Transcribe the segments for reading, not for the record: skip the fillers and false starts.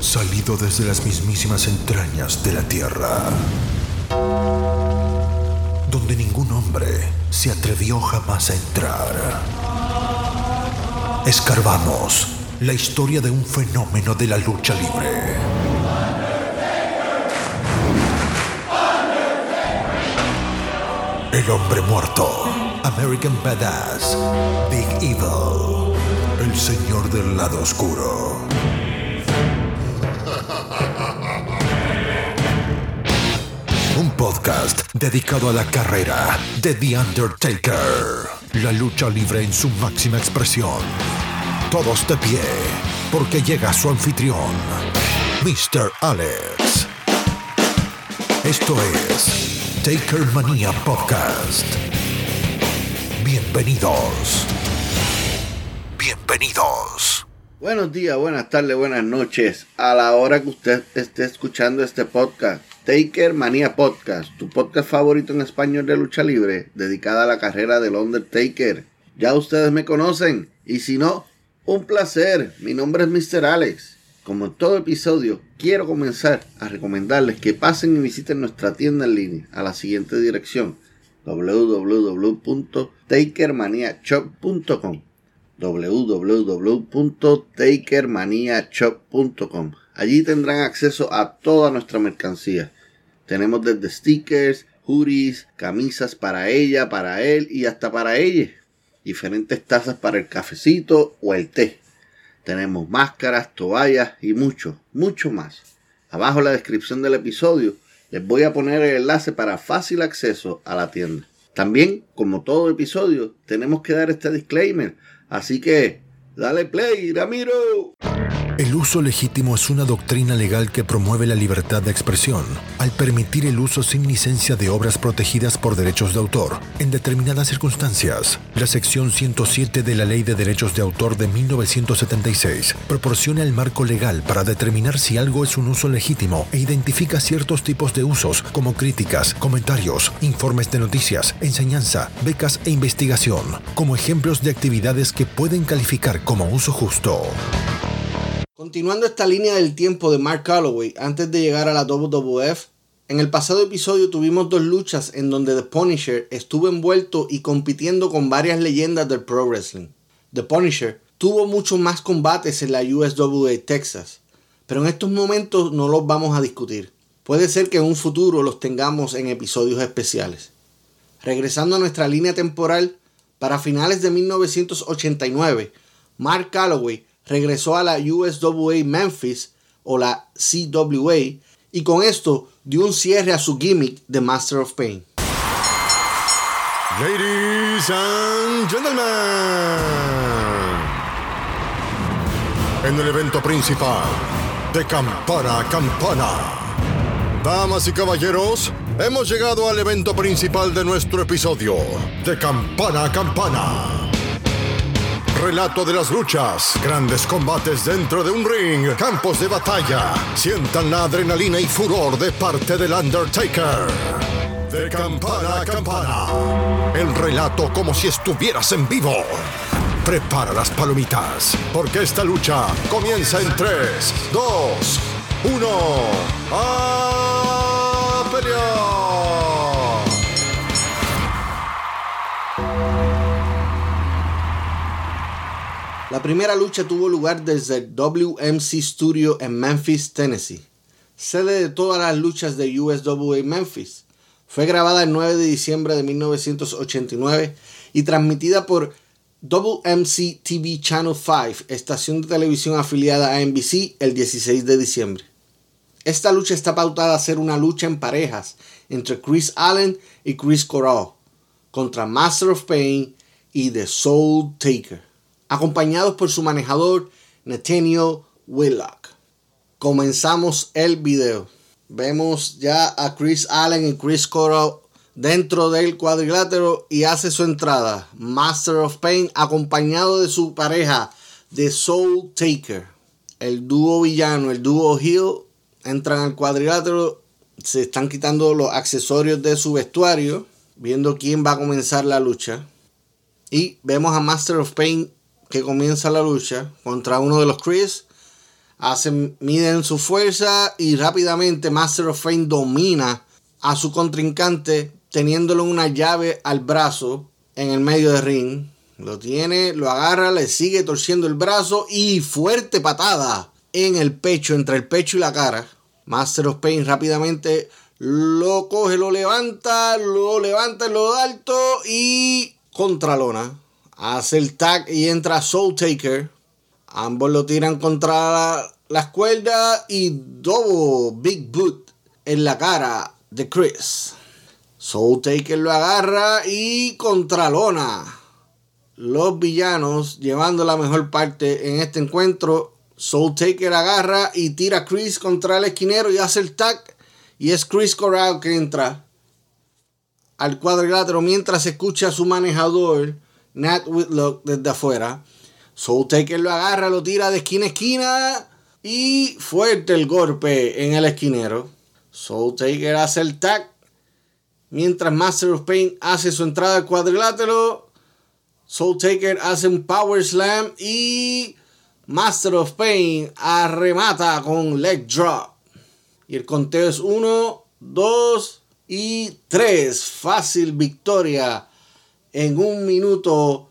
salido desde las mismísimas entrañas de la tierra, donde ningún hombre se atrevió jamás a entrar. Escarbamos la historia de un fenómeno de la lucha libre. El hombre muerto, American Badass, Big Evil, el señor del lado oscuro. Un podcast dedicado a la carrera de The Undertaker. La lucha libre en su máxima expresión. Todos de pie, porque llega su anfitrión, Mr. Alex. Esto es Taker Manía Podcast. Bienvenidos. Bienvenidos. Buenos días, buenas tardes, buenas noches. A la hora que usted esté escuchando este podcast, Taker Manía Podcast, tu podcast favorito en español de lucha libre, dedicada a la carrera del Undertaker. Ya ustedes me conocen, y si no, un placer. Mi nombre es Mr. Alex. Como en todo episodio, quiero comenzar a recomendarles que pasen y visiten nuestra tienda en línea a la siguiente dirección: www.takermaniashop.com www.takermaniashop.com. Allí tendrán acceso a toda nuestra mercancía. Tenemos desde stickers, hoodies, camisas para ella, para él y hasta para ella. Diferentes tazas para el cafecito o el té. Tenemos máscaras, toallas y mucho más. Abajo en la descripción del episodio les voy a poner el enlace para fácil acceso a la tienda. También, como todo episodio, tenemos que dar este disclaimer. Así que, dale play, Ramiro. El uso legítimo es una doctrina legal que promueve la libertad de expresión al permitir el uso sin licencia de obras protegidas por derechos de autor en determinadas circunstancias. La sección 107 de la Ley de Derechos de Autor de 1976 proporciona el marco legal para determinar si algo es un uso legítimo e identifica ciertos tipos de usos como críticas, comentarios, informes de noticias, enseñanza, becas e investigación, como ejemplos de actividades que pueden calificar como uso justo. Continuando esta línea del tiempo de Mark Calaway antes de llegar a la WWF, en el pasado episodio tuvimos dos luchas en donde The Punisher estuvo envuelto y compitiendo con varias leyendas del pro wrestling. The Punisher tuvo muchos más combates en la USWA Texas, pero en estos momentos no los vamos a discutir. Puede ser que en un futuro los tengamos en episodios especiales. Regresando a nuestra línea temporal, para finales de 1989, Mark Calaway regresó a la USWA Memphis o la CWA y con esto dio un cierre a su gimmick de Master of Pain. Ladies and gentlemen, en el evento principal de Campana a Campana, damas y caballeros, hemos llegado al evento principal de nuestro episodio de Campana a Campana. Relato de las luchas, grandes combates dentro de un ring, campos de batalla. Sientan la adrenalina y furor de parte del Undertaker. De campana a campana, el relato como si estuvieras en vivo. Prepara las palomitas, porque esta lucha comienza en 3, 2, 1. ¡A pelear! La primera lucha tuvo lugar desde el WMC Studio en Memphis, Tennessee, sede de todas las luchas de USWA Memphis. Fue grabada el 9 de diciembre de 1989 y transmitida por WMC TV Channel 5, estación de televisión afiliada a NBC, el 16 de diciembre. Esta lucha está pautada a ser una lucha en parejas entre Chris Allen y Chris Corral contra Master of Pain y The Soul Taker, acompañados por su manejador Nathaniel Whitlock. Comenzamos el video. Vemos ya a Chris Allen y Chris Corral dentro del cuadrilátero y hace su entrada Master of Pain acompañado de su pareja The Soul Taker. El dúo villano, el dúo heel, entran al cuadrilátero, se están quitando los accesorios de su vestuario, viendo quién va a comenzar la lucha. Y vemos a Master of Pain que comienza la lucha contra uno de los Chris. Miden su fuerza y rápidamente Master of Pain domina a su contrincante teniéndolo una llave al brazo en el medio del ring. Lo tiene, lo agarra, le sigue torciendo el brazo y fuerte patada en el pecho, entre el pecho y la cara. Master of Pain rápidamente lo coge, lo levanta en lo alto y contralona. Hace el tag y entra Soul Taker. Ambos lo tiran contra las cuerdas y double Big Boot en la cara de Chris. Soul Taker lo agarra y contralona. Los villanos llevando la mejor parte en este encuentro. Soul Taker agarra y tira a Chris contra el esquinero y hace el tag. Y es Chris Corral que entra al cuadrilátero mientras escucha a su manejador Nat Whitlock desde afuera. Soul Taker lo agarra, lo tira de esquina a esquina y fuerte el golpe en el esquinero. Soul Taker hace el tag mientras Master of Pain hace su entrada al cuadrilátero. Soul Taker hace un power slam y Master of Pain arremata con leg drop. Y el conteo es 1, 2 y 3. Fácil victoria en 1 minuto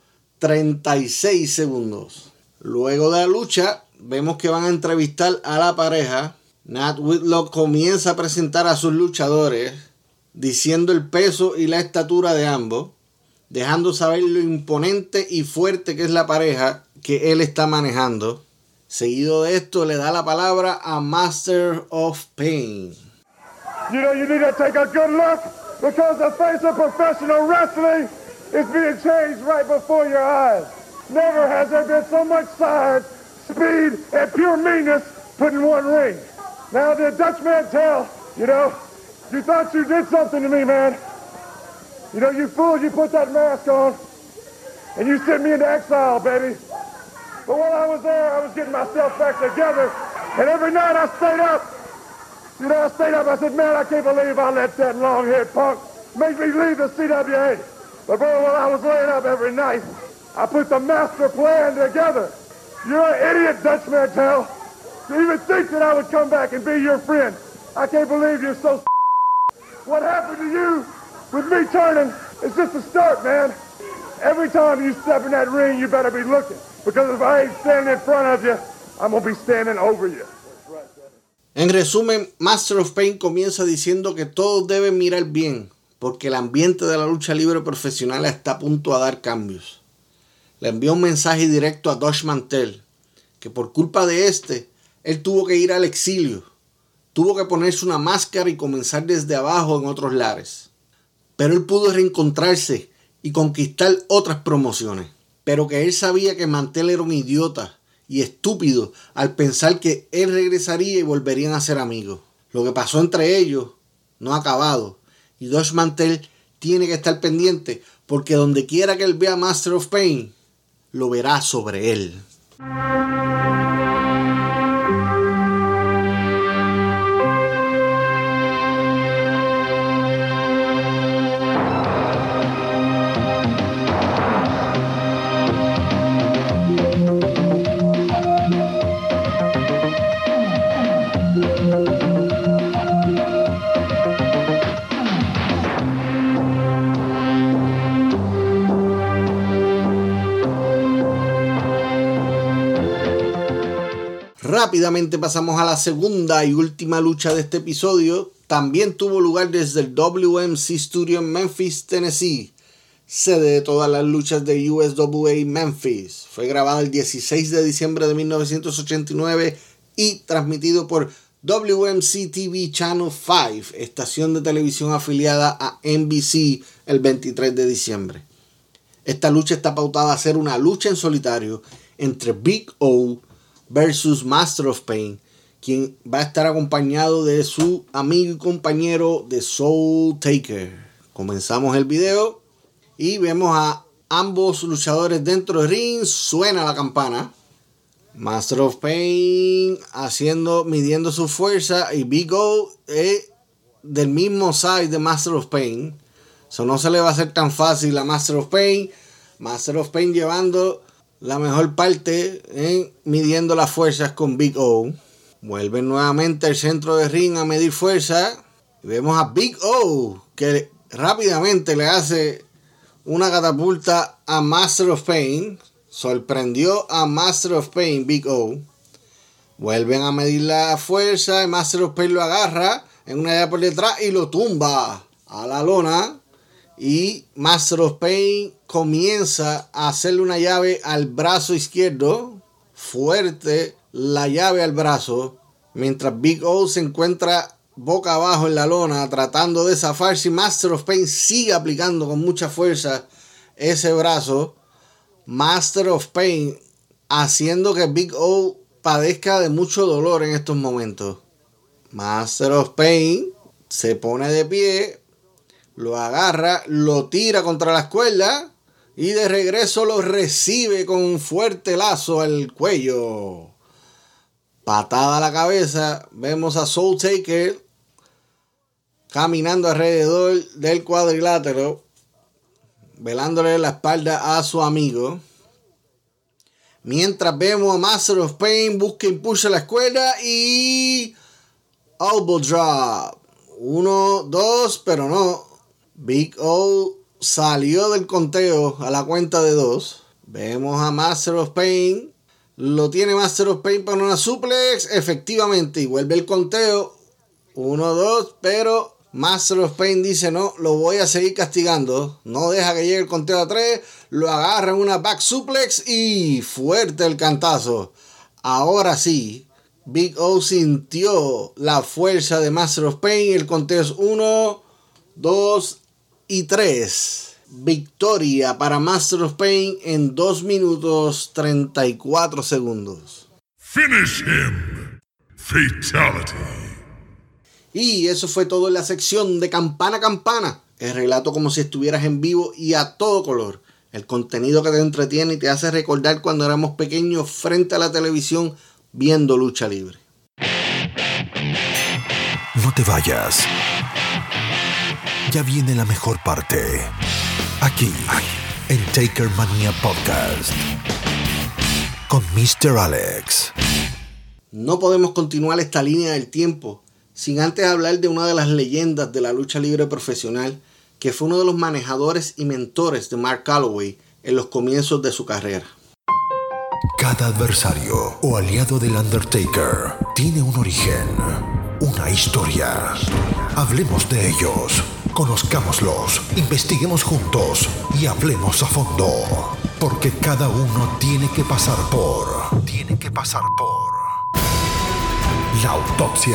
36 segundos. Luego de la lucha, vemos que van a entrevistar a la pareja. Nat Whitlock comienza a presentar a sus luchadores, diciendo el peso y la estatura de ambos, dejando saber lo imponente y fuerte que es la pareja que él está manejando. Seguido de esto, le da la palabra a Master of Pain. You know, you need to take a good look because the face of professional wrestling is being changed right before your eyes. Never has there been so much size, speed, and pure meanness put in one ring. Now, the Dutch Mantel, you know, you thought you did something to me, man. You know, you fool, you put that mask on, and you sent me into exile, baby. But while I was there, I was getting myself back together, and every night I stayed up. You know, I said, man, I can't believe I let that long-haired punk make me leave the CWA. But boy, while I was laying up every night, I put the master plan together. You're an idiot, Dutch Mantel. To even think that I would come back and be your friend. I can't believe you're so What happened to you with me turning is just a start, man. Every time you step in that ring, you better be looking. Because if I ain't standing in front of you, I'm going to be standing over you. En resumen, Master of Pain comienza diciendo que todos deben mirar bien, porque el ambiente de la lucha libre profesional está a punto de dar cambios. Le envió un mensaje directo a Dutch Mantel, que por culpa de él tuvo que ir al exilio, tuvo que ponerse una máscara y comenzar desde abajo en otros lares. Pero él pudo reencontrarse y conquistar otras promociones, pero que él sabía que Mantel era un idiota y estúpido al pensar que él regresaría y volverían a ser amigos. Lo que pasó entre ellos no ha acabado y Dutch Mantel tiene que estar pendiente porque donde quiera que él vea Master of Pain, lo verá sobre él. Rápidamente pasamos a la segunda y última lucha de este episodio. También tuvo lugar desde el WMC Studio en Memphis, Tennessee, sede de todas las luchas de USWA Memphis. Fue grabada el 16 de diciembre de 1989 y transmitido por WMC TV Channel 5, estación de televisión afiliada a NBC, el 23 de diciembre. Esta lucha está pautada a ser una lucha en solitario entre Big O versus Master of Pain, quien va a estar acompañado de su amigo y compañero de Soul Taker. Comenzamos el video y vemos a ambos luchadores dentro del ring. Suena la campana. Master of Pain midiendo su fuerza y Big O es del mismo size de Master of Pain. Eso no se le va a hacer tan fácil a Master of Pain. Master of Pain llevando la mejor parte en midiendo las fuerzas con Big O. Vuelven nuevamente al centro de ring a medir fuerza. Y vemos a Big O que rápidamente le hace una catapulta a Master of Pain. Sorprendió a Master of Pain, Big O. Vuelven a medir la fuerza y Master of Pain lo agarra en una llave por detrás y lo tumba a la lona. Y Master of Pain comienza a hacerle una llave al brazo izquierdo. Fuerte la llave al brazo. Mientras Big O se encuentra boca abajo en la lona tratando de zafarse. Master of Pain sigue aplicando con mucha fuerza ese brazo. Master of Pain haciendo que Big O padezca de mucho dolor en estos momentos. Master of Pain se pone de pie, lo agarra, lo tira contra las cuerdas y de regreso lo recibe con un fuerte lazo al cuello. Patada a la cabeza. Vemos a Soul Taker caminando alrededor del cuadrilátero, velándole la espalda a su amigo. Mientras vemos a Master of Pain busca impulso a la escuela y elbow drop. 1, 2, pero no. Big O salió del conteo a la cuenta de 2. Vemos a Master of Pain. Lo tiene Master of Pain para una suplex. Efectivamente. Y vuelve el conteo. 1, 2. Pero Master of Pain dice no, lo voy a seguir castigando. No deja que llegue el conteo a 3. Lo agarra en una back suplex. Y fuerte el cantazo. Ahora sí. Big O sintió la fuerza de Master of Pain. El conteo es 1, 2 y 3. Victoria para Master of Pain en 2 minutos 34 segundos. Finish him. Fatality. Y eso fue todo en la sección de Campana a Campana. El relato como si estuvieras en vivo y a todo color. El contenido que te entretiene y te hace recordar cuando éramos pequeños frente a la televisión viendo lucha libre. No te vayas. Ya viene la mejor parte. Aquí, en Taker Mania Podcast. Con Mr. Alex. No podemos continuar esta línea del tiempo sin antes hablar de una de las leyendas de la lucha libre profesional, que fue uno de los manejadores y mentores de Mark Calaway en los comienzos de su carrera. Cada adversario o aliado del Undertaker tiene un origen, una historia. Hablemos de ellos, conozcámoslos, investiguemos juntos y hablemos a fondo. Porque cada uno tiene que pasar por la autopsia.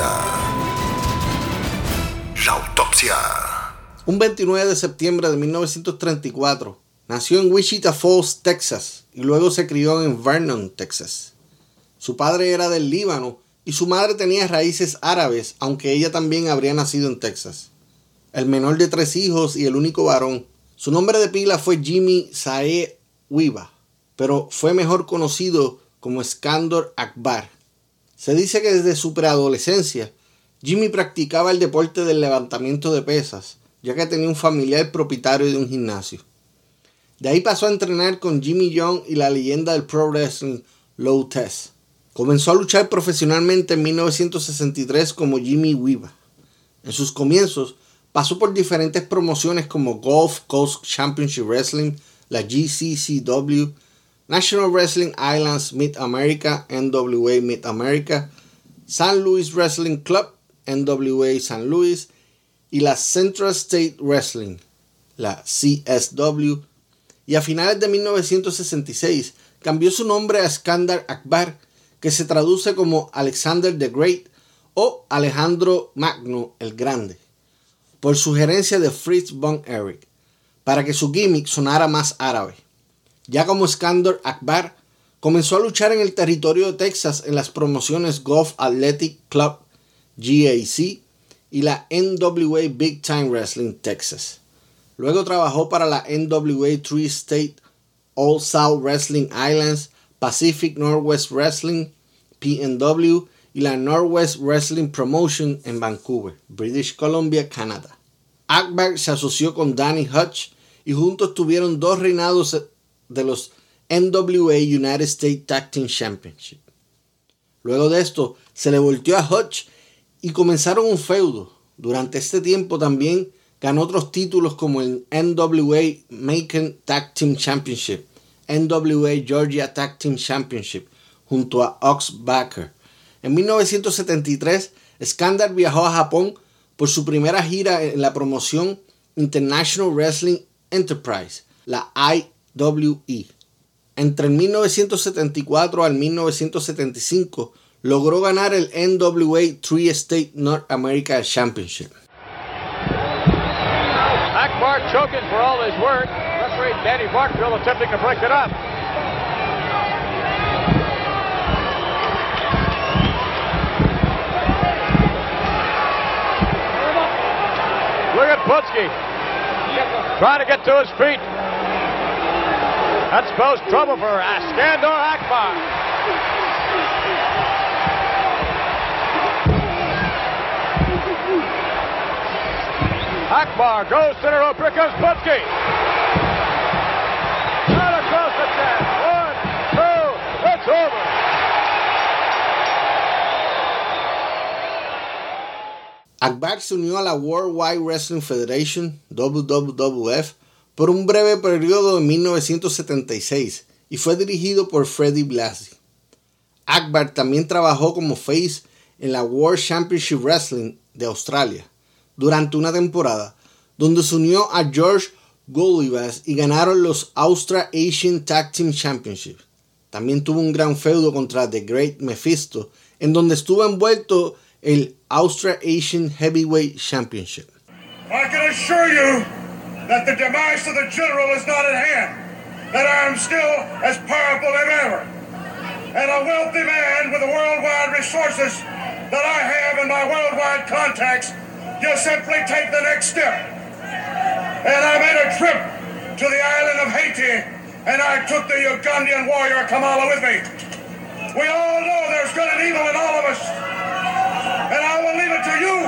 La autopsia. Un 29 de septiembre de 1934, nació en Wichita Falls, Texas, y luego se crió en Vernon, Texas. Su padre era del Líbano y su madre tenía raíces árabes, aunque ella también habría nacido en Texas. El menor de 3 hijos y el único varón. Su nombre de pila fue Jimmy Saeed Wiba, pero fue mejor conocido como Skandor Akbar. Se dice que desde su preadolescencia, Jimmy practicaba el deporte del levantamiento de pesas, ya que tenía un familiar propietario de un gimnasio. De ahí pasó a entrenar con Jimmy Young y la leyenda del pro wrestling, Lou Thesz. Comenzó a luchar profesionalmente en 1963 como Jimmy Wiba. En sus comienzos, pasó por diferentes promociones como Gulf Coast Championship Wrestling, la GCCW, National Wrestling Islands Mid-America, NWA Mid-America, San Luis Wrestling Club, NWA San Luis, y la Central State Wrestling, la CSW, y a finales de 1966 cambió su nombre a Skandar Akbar, que se traduce como Alexander the Great o Alejandro Magno el Grande, por sugerencia de Fritz von Erich, para que su gimmick sonara más árabe. Ya como Skandar Akbar, comenzó a luchar en el territorio de Texas en las promociones Gulf Athletic Club, GAC, y la NWA Big Time Wrestling Texas. Luego trabajó para la NWA Tri-State, All South Wrestling Islands, Pacific Northwest Wrestling, PNW, y la Northwest Wrestling Promotion en Vancouver, British Columbia, Canadá. Akbar se asoció con Danny Hutch y juntos tuvieron 2 reinados de los NWA United States Tag Team Championship. Luego de esto, se le volteó a Hutch y comenzaron un feudo. Durante este tiempo también ganó otros títulos como el NWA Macon Tag Team Championship, NWA Georgia Tag Team Championship, junto a Ox Baker. En 1973, Skandar viajó a Japón por su primera gira en la promoción International Wrestling Enterprise, la IWE. Entre el 1974 al 1975, logró ganar el NWA Tri-State North America Championship. Akbar choking for all his work. Referee Danny Barkville attempting to break it up. Look at Putski trying to get to his feet. That's spells trouble for Skandar Akbar. Akbar goes to the rope. Here comes Putski. Right across the chest. 1, 2, it's over. Akbar se unió a la Worldwide Wrestling Federation, WWF, por un breve periodo en 1976 y fue dirigido por Freddie Blassie. Akbar también trabajó como face en la World Championship Wrestling de Australia durante una temporada, donde se unió a George Golibas y ganaron los Austra Asian Tag Team Championship. También tuvo un gran feudo contra The Great Mephisto, en donde estuvo envuelto el Austra Asian Heavyweight Championship. I can assure you that the demise of the general is not at hand, that I am still as powerful as ever, and a wealthy man with the worldwide resources that I have in my worldwide contacts. Just simply take the next step. And I made a trip to the island of Haiti, and I took the Ugandan warrior Kamala with me. We all know there's good and evil in all of us, and I will leave it to you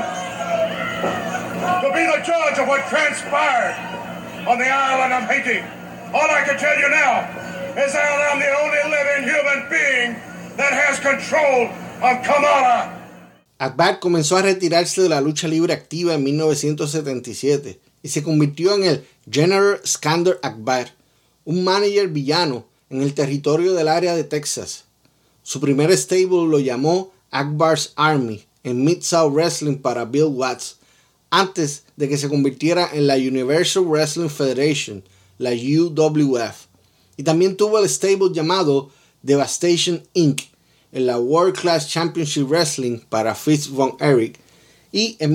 to be the judge of what transpired on the island of Haiti. All I can tell you now is that I'm the only living human being that has control of Kamala. Akbar comenzó a retirarse de la lucha libre activa en 1977 y se convirtió en el General Skandar Akbar, un manager villano en el territorio del área de Texas. Su primer stable lo llamó Akbar's Army en Mid-South Wrestling para Bill Watts, antes de que se convirtiera en la Universal Wrestling Federation, la UWF. Y también tuvo el stable llamado Devastation Inc. en la World Class Championship Wrestling para Fritz von Erich, y en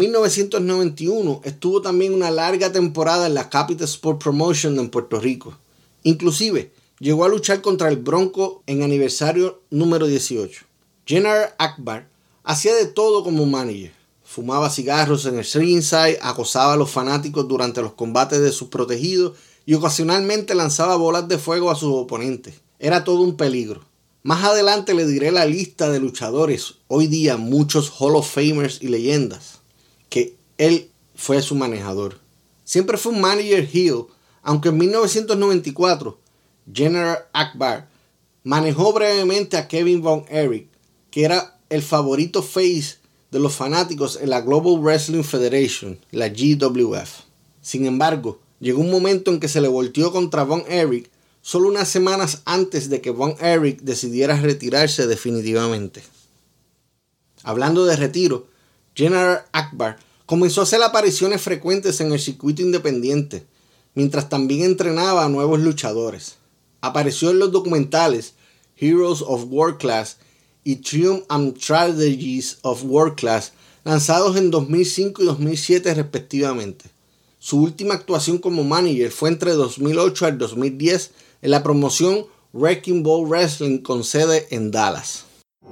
1991 estuvo también una larga temporada en la Capital Sport Promotion en Puerto Rico. Inclusive llegó a luchar contra el Bronco en aniversario número 18. General Akbar hacía de todo como manager. Fumaba cigarros en el ringside, acosaba a los fanáticos durante los combates de sus protegidos y ocasionalmente lanzaba bolas de fuego a sus oponentes. Era todo un peligro. Más adelante le diré la lista de luchadores, hoy día muchos Hall of Famers y leyendas, que él fue su manejador. Siempre fue un manager heel, aunque en 1994 General Akbar manejó brevemente a Kevin Von Erich, que era el favorito face de los fanáticos en la Global Wrestling Federation, la GWF. Sin embargo, llegó un momento en que se le volteó contra Von Erich solo unas semanas antes de que Von Erich decidiera retirarse definitivamente. Hablando de retiro, General Akbar comenzó a hacer apariciones frecuentes en el circuito independiente, mientras también entrenaba a nuevos luchadores. Apareció en los documentales Heroes of World Class y Triumph and Tragedies of World Class, lanzados en 2005 y 2007 respectivamente. Su última actuación como manager fue entre 2008 al 2010 en la promoción Wrecking Ball Wrestling con sede en Dallas.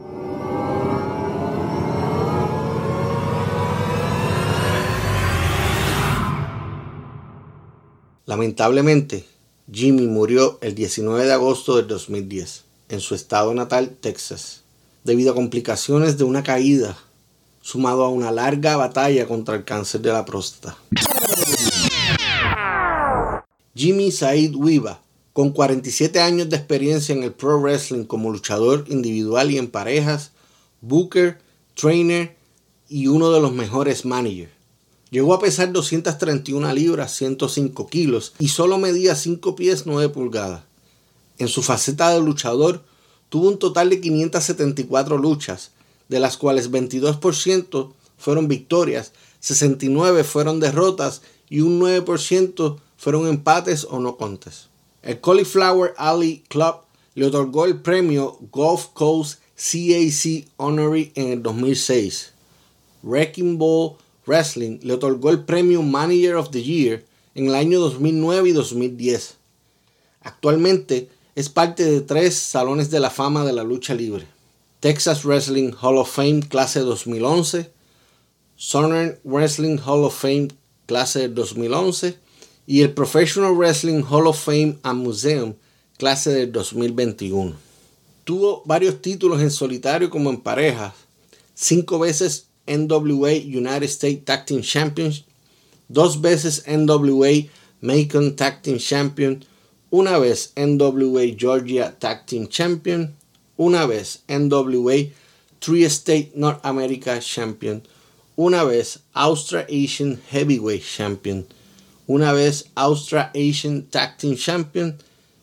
Lamentablemente, Jimmy murió el 19 de agosto del 2010 en su estado natal, Texas, debido a complicaciones de una caída, sumado a una larga batalla contra el cáncer de la próstata. Jimmy Said Wiba Con 47 años de experiencia en el pro wrestling como luchador individual y en parejas, booker, trainer y uno de los mejores managers. Llegó a pesar 231 libras, 105 kilos y solo medía 5 pies 9 pulgadas. En su faceta de luchador, tuvo un total de 574 luchas, de las cuales 22% fueron victorias, 69 fueron derrotas y un 9% fueron empates o no contest. El Cauliflower Alley Club le otorgó el premio Gulf Coast CAC Honorary en el 2006. Wrecking Ball Wrestling le otorgó el premio Manager of the Year en el año 2009 y 2010. Actualmente es parte de 3 salones de la fama de la lucha libre: Texas Wrestling Hall of Fame clase 2011, Southern Wrestling Hall of Fame clase 2011 y el Professional Wrestling Hall of Fame and Museum clase del 2021. Tuvo varios títulos en solitario como en parejas: 5 veces NWA United States Tag Team Champion, 2 veces NWA Macon Tag Team Champion, 1 vez NWA Georgia Tag Team Champion, 1 vez NWA Tri-State North America Champion, 1 vez Austra-Asian Heavyweight Champion, 1 vez Austra-Asian Tag Team Champion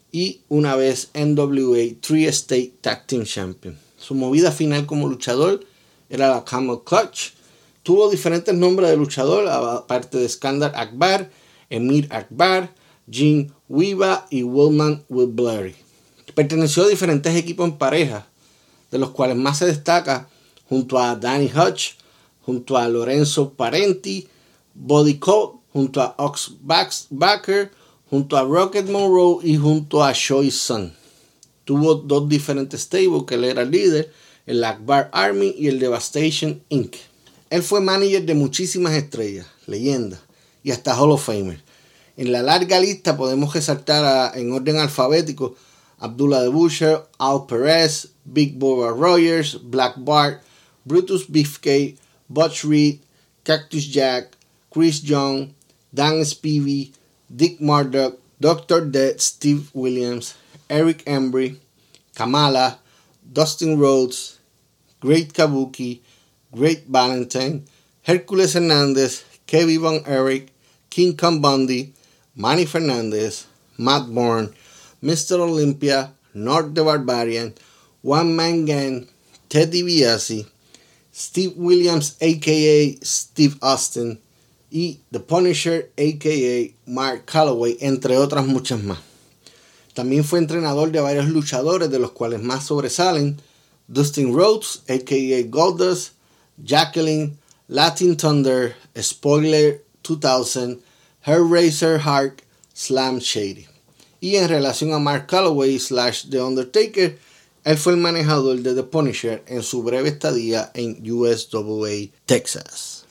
y 1 vez NWA Tri-State Tag Team Champion. Su movida final como luchador era la Camel Clutch. Tuvo diferentes nombres de luchador, aparte de Skandar Akbar, Emir Akbar, Gene Wiba y Willman Wilbury. Perteneció a diferentes equipos en pareja, de los cuales más se destaca junto a Danny Hutch, junto a Lorenzo Parenti, Buddy Colt, junto a Ox Backer, junto a Rocket Monroe y junto a Choi Sun. Tuvo 2 diferentes stables que él era el líder, el Akbar Army y el Devastation Inc. Él fue manager de muchísimas estrellas, leyendas y hasta Hall of Famer. En la larga lista podemos resaltar en orden alfabético Abdullah the Butcher, Al Perez, Big Bubba Rogers, Black Bart, Brutus Beefcake, Butch Reed, Cactus Jack, Chris Young, Dan Spivey, Dick Murdoch, Dr. Death, Steve Williams, Eric Embry, Kamala, Dustin Rhodes, Great Kabuki, Great Valentine, Hercules Hernandez, Kevin Von Erich, King Kong Bundy, Manny Fernandez, Matt Bourne, Mr. Olympia, North the Barbarian, One Man Gang, Ted DiBiase, Steve Williams aka Steve Austin y The Punisher aka Mark Calloway, entre otras muchas más. También fue entrenador de varios luchadores, de los cuales más sobresalen Dustin Rhodes aka Goldust, Jacqueline, Latin Thunder, Spoiler 2000, Hellraiser Hart, Slam Shady. Y en relación a Mark Calloway / The Undertaker, él fue el manejador de The Punisher en su breve estadía en USWA Texas.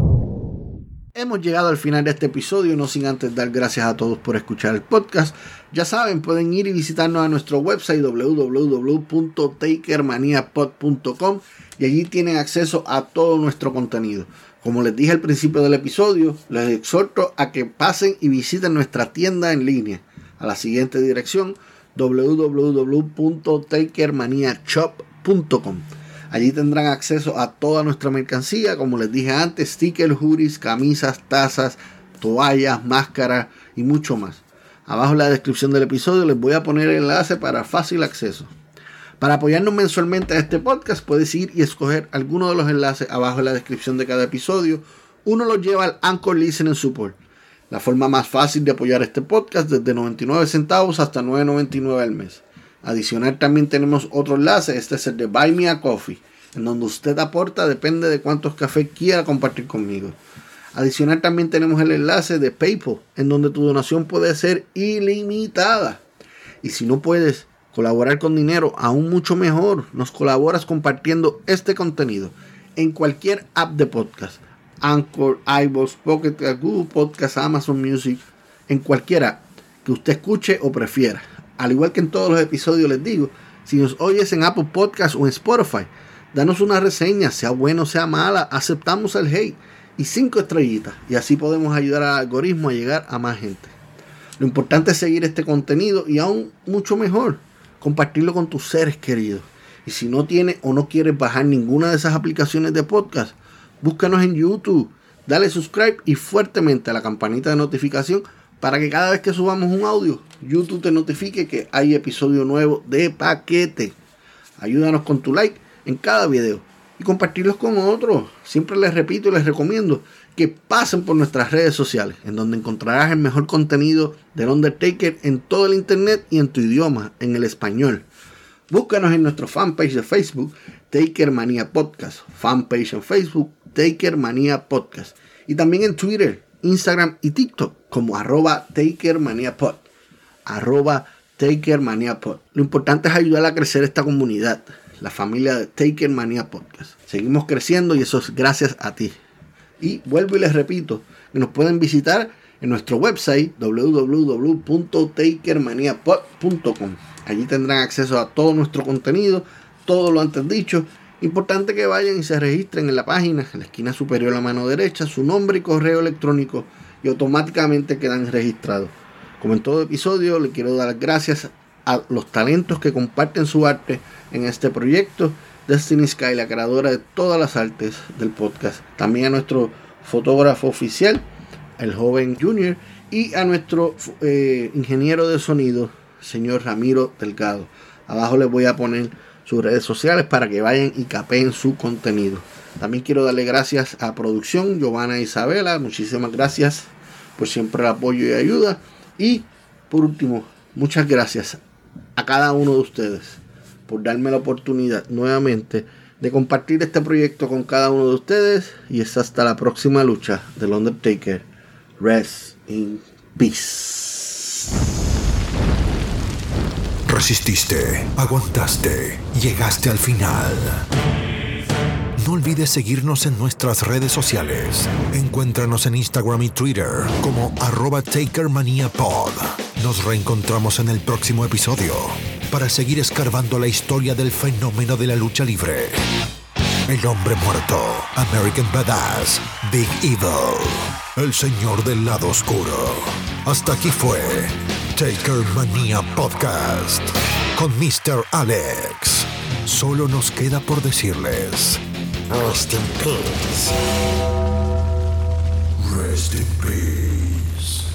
Hemos llegado al final de este episodio, no sin antes dar gracias a todos por escuchar el podcast. Ya saben, pueden ir y visitarnos a nuestro website www.takermaniapod.com y allí tienen acceso a todo nuestro contenido. Como les dije al principio del episodio, les exhorto a que pasen y visiten nuestra tienda en línea a la siguiente dirección: www.takermaniashop.com. Allí tendrán acceso a toda nuestra mercancía, como les dije antes: stickers, hoodies, camisas, tazas, toallas, máscaras y mucho más. Abajo en la descripción del episodio les voy a poner el enlace para fácil acceso. Para apoyarnos mensualmente a este podcast, puedes ir y escoger alguno de los enlaces abajo en la descripción de cada episodio. Uno los lleva al Anchor Listening Support, la forma más fácil de apoyar este podcast, desde 99 centavos hasta $9.99 al mes. Adicional, también tenemos otro enlace, este es el de Buy Me a Coffee, en donde usted aporta, depende de cuántos cafés quiera compartir conmigo. Adicional, también tenemos el enlace de PayPal, en donde tu donación puede ser ilimitada. Y si no puedes colaborar con dinero, aún mucho mejor, nos colaboras compartiendo este contenido en cualquier app de podcast: Anchor, iVoox, Pocket Cast, Google Podcast, Amazon Music, en cualquier app que usted escuche o prefiera. Al igual que en todos los episodios les digo, si nos oyes en Apple Podcast o en Spotify, danos una reseña, sea buena o sea mala, aceptamos el hate, y 5 estrellitas, y así podemos ayudar al algoritmo a llegar a más gente. Lo importante es seguir este contenido y aún mucho mejor, compartirlo con tus seres queridos. Y si no tienes o no quieres bajar ninguna de esas aplicaciones de podcast, búscanos en YouTube, dale subscribe y fuertemente a la campanita de notificación para que cada vez que subamos un audio, YouTube te notifique que hay episodio nuevo de paquete. Ayúdanos con tu like en cada video y compartirlos con otros. Siempre les repito y les recomiendo que pasen por nuestras redes sociales, en donde encontrarás el mejor contenido del Undertaker en todo el internet y en tu idioma, en el español. Búscanos en nuestro fanpage de Facebook, Taker Manía Podcast, fanpage en Facebook, Taker Manía Podcast, y también en Twitter, Instagram y TikTok como @TakerManiaPod, @TakerManiaPod. Lo importante es ayudar a crecer esta comunidad, la familia de Taker Manía Podcast. Seguimos creciendo y eso es gracias a ti. Y vuelvo y les repito que nos pueden visitar en nuestro website www.takermaniapod.com. Allí tendrán acceso a todo nuestro contenido, todo lo antes dicho. Importante que vayan y se registren en la página, en la esquina superior a la mano derecha, su nombre y correo electrónico, y automáticamente quedan registrados. Como en todo episodio, le quiero dar las gracias a los talentos que comparten su arte en este proyecto. Destiny Sky, la creadora de todas las artes del podcast. También a nuestro fotógrafo oficial, el joven Junior, y a nuestro ingeniero de sonido, señor Ramiro Delgado. Abajo les voy a poner sus redes sociales para que vayan y capeen su contenido. También quiero darle gracias a producción, Giovanna Isabela. Muchísimas gracias por siempre el apoyo y ayuda. Y por último, muchas gracias a cada uno de ustedes por darme la oportunidad nuevamente de compartir este proyecto con cada uno de ustedes. Y es hasta la próxima lucha del Undertaker. Rest in peace. Resististe, aguantaste, llegaste al final. No olvides seguirnos en nuestras redes sociales. Encuéntranos en Instagram y Twitter como @TakerManiaPod. Nos reencontramos en el próximo episodio para seguir escarbando la historia del fenómeno de la lucha libre. El hombre muerto, American Badass, Big Evil, el señor del lado oscuro. Hasta aquí fue Taker Manía Podcast con Mr. Alex. Solo nos queda por decirles: Rest in peace. Rest in peace.